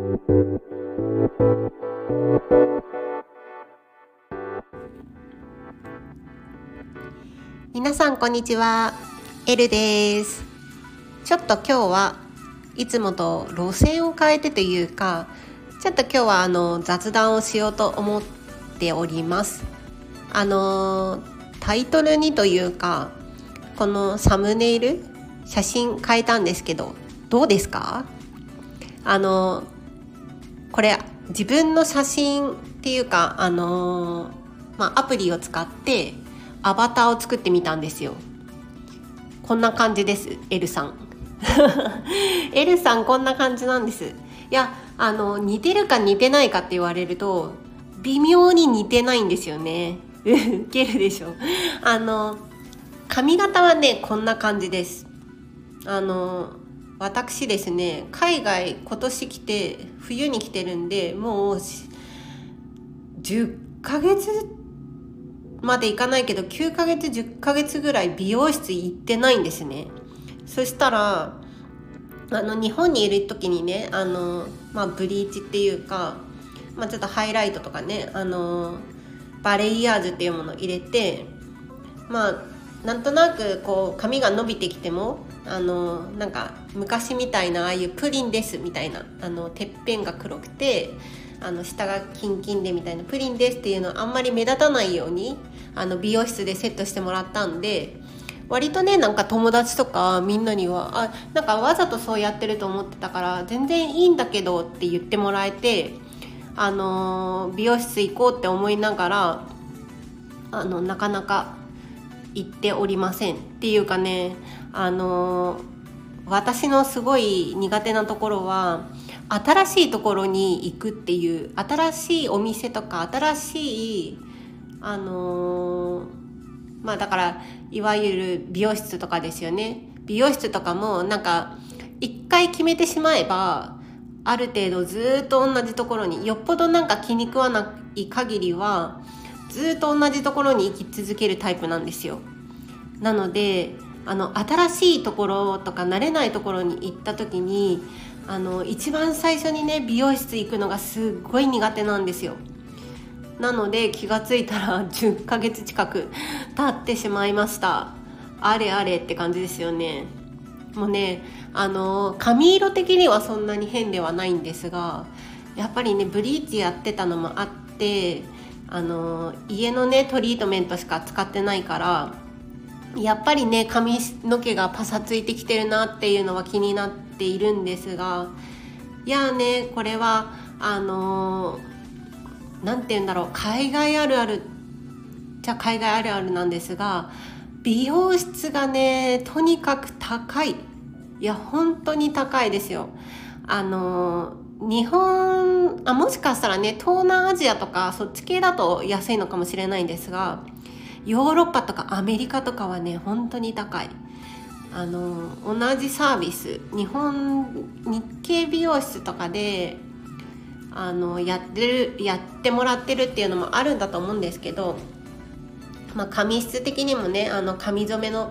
皆さんこんにちは、エルです。ちょっと今日はいつもと路線を変えてというか、ちょっと今日は雑談をしようと思っております。タイトルにというか、このサムネイル写真変えたんですけど、どうですか？これ自分の写真っていうかアプリを使ってアバターを作ってみたんですよ。こんな感じです。エルさんエルさんこんな感じなんです。いや似てるか似てないかって言われると微妙に似てないんですよねウケるでしょ。髪型はねこんな感じです。私ですね、海外今年来て冬に来てるんで、もう10ヶ月までいかないけど9ヶ月10ヶ月ぐらい美容室行ってないんですね。そしたら日本にいる時にねブリーチっていうか、ちょっとハイライトとかねバレイヤージュっていうものを入れて、なんとなくこう髪が伸びてきてもなんか昔みたいなああいうプリンですみたいなてっぺんが黒くて下がキンキンでみたいなプリンですっていうのはあんまり目立たないように美容室でセットしてもらったんで、割とねなんか友達とかみんなにはなんかわざとそうやってると思ってたから全然いいんだけどって言ってもらえて、美容室行こうって思いながらなかなか行っておりません。っていうかね私のすごい苦手なところは新しいところに行くっていう、新しいお店とか新しいだからいわゆる美容室とかですよね。美容室とかもなんか一回決めてしまえばある程度ずっと同じところに、よっぽどなんか気に食わない限りはずっと同じところに行き続けるタイプなんですよ。なので新しいところとか慣れないところに行った時に一番最初にね美容室行くのがすっごい苦手なんですよ。なので気がついたら10ヶ月近く経ってしまいました。あれあれって感じですよね。もうね髪色的にはそんなに変ではないんですが、やっぱりねブリーチやってたのもあって家のねトリートメントしか使ってないからやっぱりね髪の毛がパサついてきてるなっていうのは気になっているんですが、いやねこれはなんて言うんだろう、海外あるあるじゃ海外あるあるなんですが、美容室がねとにかく高い。いや本当に高いですよ。日本もしかしたらね東南アジアとかそっち系だと安いのかもしれないんですが、ヨーロッパとかアメリカとかはね本当に高い。同じサービス日系美容室とかでやってもらってるっていうのもあるんだと思うんですけど、髪質的にもね髪染めの、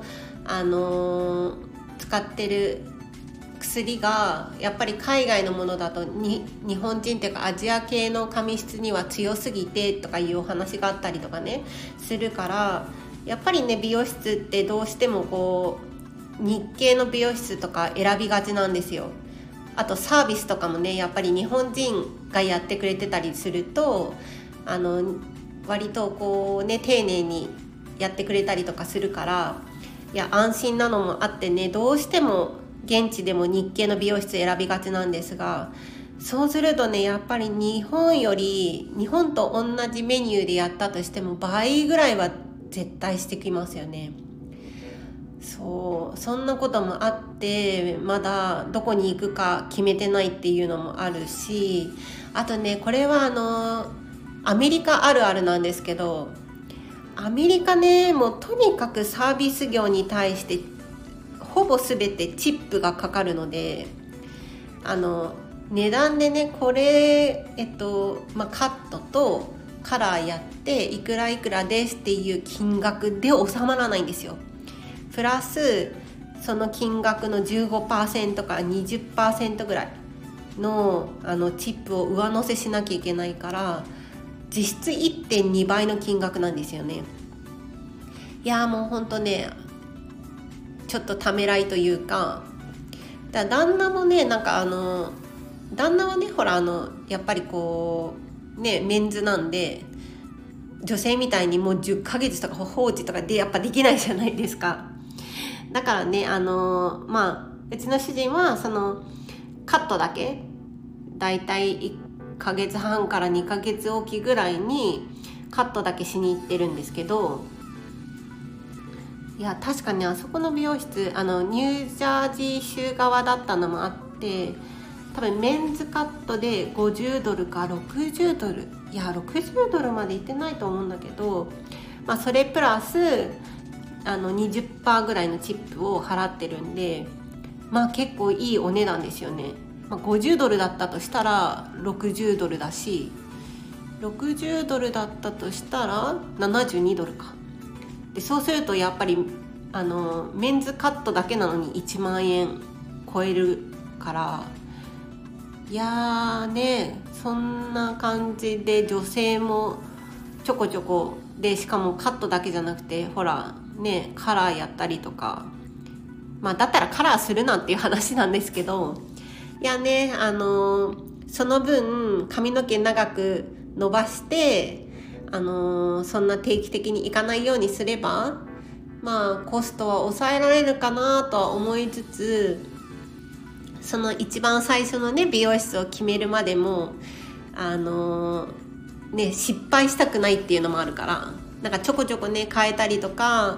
使ってる薬がやっぱり海外のものだと日本人っていうかアジア系の髪質には強すぎてとかいうお話があったりとかねするから、やっぱりね美容室ってどうしてもこう日系の美容室とか選びがちなんですよ。あとサービスとかもねやっぱり日本人がやってくれてたりすると割とこうね丁寧にやってくれたりとかするから、いや安心なのもあってねどうしても現地でも日系の美容室選びがちなんですが、そうするとねやっぱり日本と同じメニューでやったとしても倍ぐらいは絶対してきますよね。そんなこともあってまだどこに行くか決めてないっていうのもあるし、あとねこれはアメリカあるあるなんですけど、アメリカねもうとにかくサービス業に対してほぼ全てチップがかかるので、値段でねこれカットとカラーやっていくらいくらですっていう金額で収まらないんですよ。プラスその金額の 15% から 20% ぐらいのチップを上乗せしなきゃいけないから、実質 1.2 倍の金額なんですよね。いやもうほんとね、ちょっとためらいというか、旦那もね、なんか旦那はね、ほらやっぱりこうね、メンズなんで、女性みたいにもう10ヶ月とか放置とかでやっぱできないじゃないですか。だからね、うちの主人はそのカットだけだいたい1ヶ月半から2ヶ月おきぐらいにカットだけしに行ってるんですけど、いや確かにあそこの美容室ニュージャージー州側だったのもあって、多分メンズカットで50ドルか60ドル、いや60ドルまで行ってないと思うんだけど、それプラス20% ぐらいのチップを払ってるんで、結構いいお値段ですよね。50ドルだったとしたら60ドルだし、60ドルだったとしたら72ドルかで、そうするとやっぱりメンズカットだけなのに1万円超えるから、いやーね、そんな感じで女性もちょこちょこで、しかもカットだけじゃなくてほらね、カラーやったりとか、だったらカラーするなんていう話なんですけど、いやね、その分髪の毛長く伸ばして、そんな定期的に行かないようにすればコストは抑えられるかなとは思いつつ、その一番最初のね美容室を決めるまでも失敗したくないっていうのもあるから、なんかちょこちょこね変えたりとか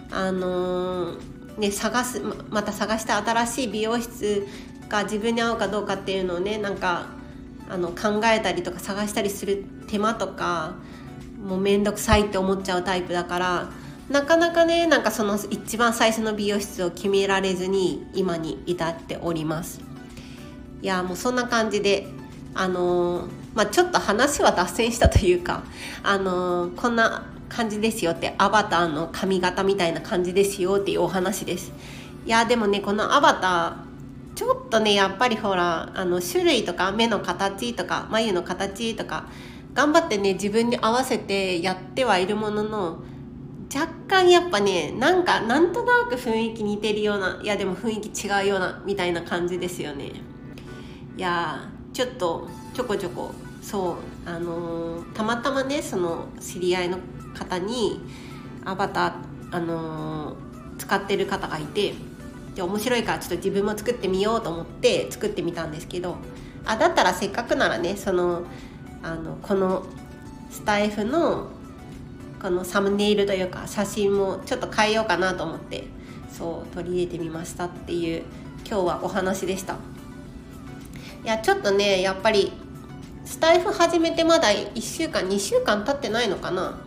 また探して新しい美容室が自分に合うかどうかっていうのをね、なんか考えたりとか探したりする手間とかもうめんどくさいって思っちゃうタイプだから、なかなかね、なんかその一番最初の美容室を決められずに今に至っております。いやもうそんな感じでちょっと話は脱線したというかこんな感じですよって、アバターの髪型みたいな感じですよっていうお話です。いやでもね、このアバターちょっとね、やっぱりほら種類とか目の形とか眉の形とか頑張ってね自分に合わせてやってはいるものの、若干やっぱね、なんとなく雰囲気似てるような、いやでも雰囲気違うようなみたいな感じですよね。いやちょっとちょこちょこそうたまたまね、その知り合いの方にアバター使ってる方がいて、で面白いからちょっと自分も作ってみようと思って作ってみたんですけど、だったらせっかくならね、このスタイフのこのサムネイルというか写真もちょっと変えようかなと思って、そう取り入れてみましたっていう今日はお話でした。いやちょっとね、やっぱりスタイフ始めてまだ1週間2週間経ってないのかな。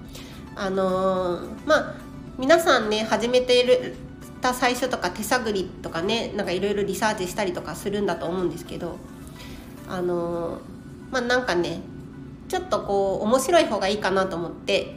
皆さんね始めている最初とか手探りとかね、なんかいろいろリサーチしたりとかするんだと思うんですけど、なんかねちょっとこう面白い方がいいかなと思って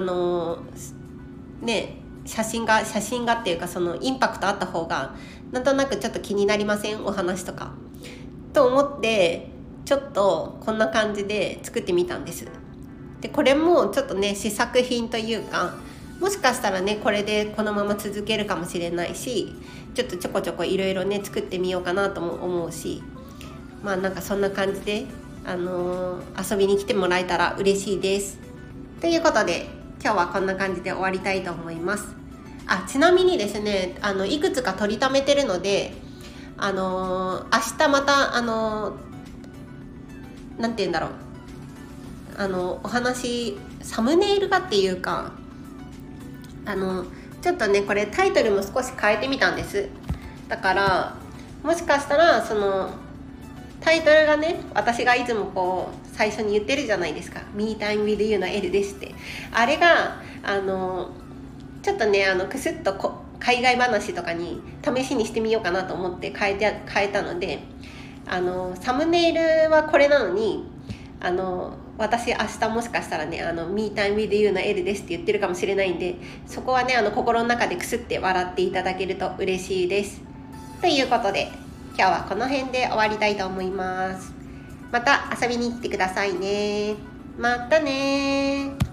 写真がっていうか、そのインパクトあった方がなんとなくちょっと気になりません？お話とかと思ってちょっとこんな感じで作ってみたんです。でこれもちょっとね試作品というか、もしかしたらねこれでこのまま続けるかもしれないし、ちょっとちょこちょこいろいろね作ってみようかなとも思うし、なんかそんな感じで遊びに来てもらえたら嬉しいです。ということで今日はこんな感じで終わりたいと思います。ちなみにですね、いくつか取りためてるので、明日またなんて言うんだろう、お話サムネイルがっていうかちょっとねこれタイトルも少し変えてみたんです。だからもしかしたらそのタイトルがね、私がいつもこう最初に言ってるじゃないですか、 Me Time with You の L ですって、あれがちょっとねクスッと海外話とかに試しにしてみようかなと思って変えたので、サムネイルはこれなのに私明日もしかしたらねMe Time with You の L ですって言ってるかもしれないんで、そこはね心の中でクスって笑っていただけると嬉しいです。ということで今日はこの辺で終わりたいと思います。また遊びに来てくださいね。またね。